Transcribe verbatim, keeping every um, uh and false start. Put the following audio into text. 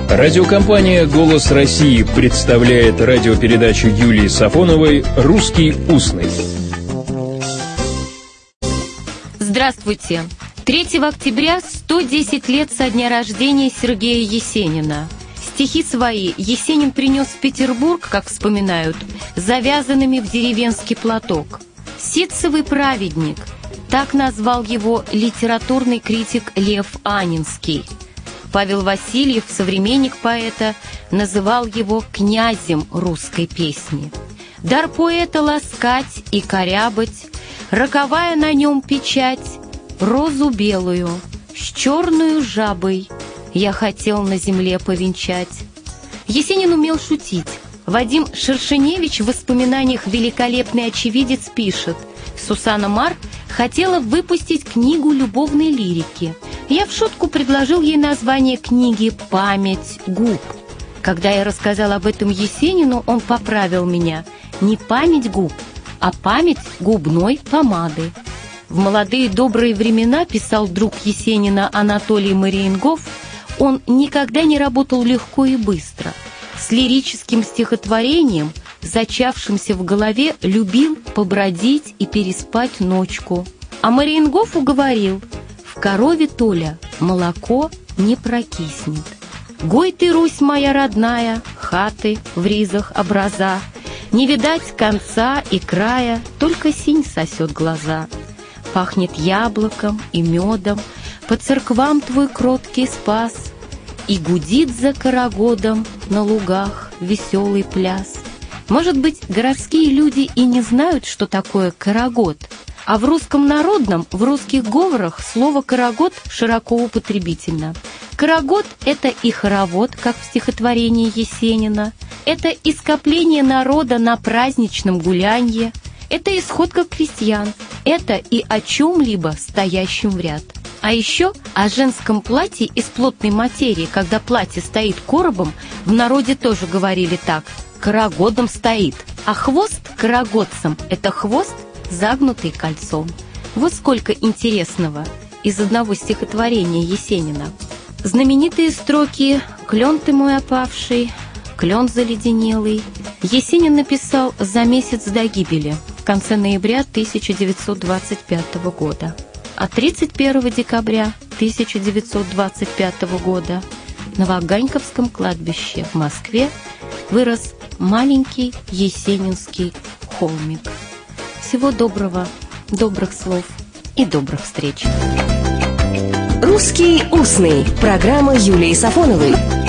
Радиокомпания «Голос России» представляет радиопередачу Юлии Сафоновой «Русский устный». Здравствуйте! третьего октября сто десять лет со дня рождения Сергея Есенина. Стихи свои Есенин принес в Петербург, как вспоминают, завязанными в деревенский платок. «Ситцевый праведник» — так назвал его литературный критик Лев Анинский. Павел Васильев, современник поэта, называл его князем русской песни. Дар поэта ласкать и корябать, роковая на нем печать, розу белую с черную жабой я хотел на земле повенчать. Есенин умел шутить. Вадим Шершеневич в воспоминаниях «Великолепный очевидец» пишет: «Сусанна Мар хотела выпустить книгу любовной лирики. Я в шутку предложил ей название книги «Память губ». Когда я рассказал об этом Есенину, он поправил меня: не память губ, а память губной помады». В молодые добрые времена, писал друг Есенина Анатолий Мариенгоф, он никогда не работал легко и быстро. С лирическим стихотворением, зачавшимся в голове, любил побродить и переспать ночку. А Мариенгофу говорил: в корове, Толя, молоко не прокиснет. Гой ты, Русь моя родная, хаты в ризах образа, не видать конца и края, только синь сосет глаза. Пахнет яблоком и медом, по церквам твой кроткий спас, и гудит за карагодом на лугах веселый пляс. Может быть, городские люди и не знают, что такое карагод, а в русском народном, в русских говорах слово «карагод» широко употребительно. Карагод — это и хоровод, как в стихотворении Есенина, это и скопление народа на праздничном гулянье, это и сходка крестьян, это и о чем-либо стоящем в ряд. А еще о женском платье из плотной материи, когда платье стоит коробом, в народе тоже говорили так: «карагодом стоит», а хвост карагодцем — это хвост, загнутый кольцом. Вот сколько интересного из одного стихотворения Есенина. Знаменитые строки «Клен ты мой опавший», «Клен заледенелый» Есенин написал за месяц до гибели, в конце ноября тысяча девятьсот двадцать пятого года. А тридцать первого декабря тысяча девятьсот двадцать пятого года на Ваганьковском кладбище в Москве вырос маленький есенинский холмик. Всего доброго, добрых слов и добрых встреч. «Русский устный» – программа Юлии Сафоновой.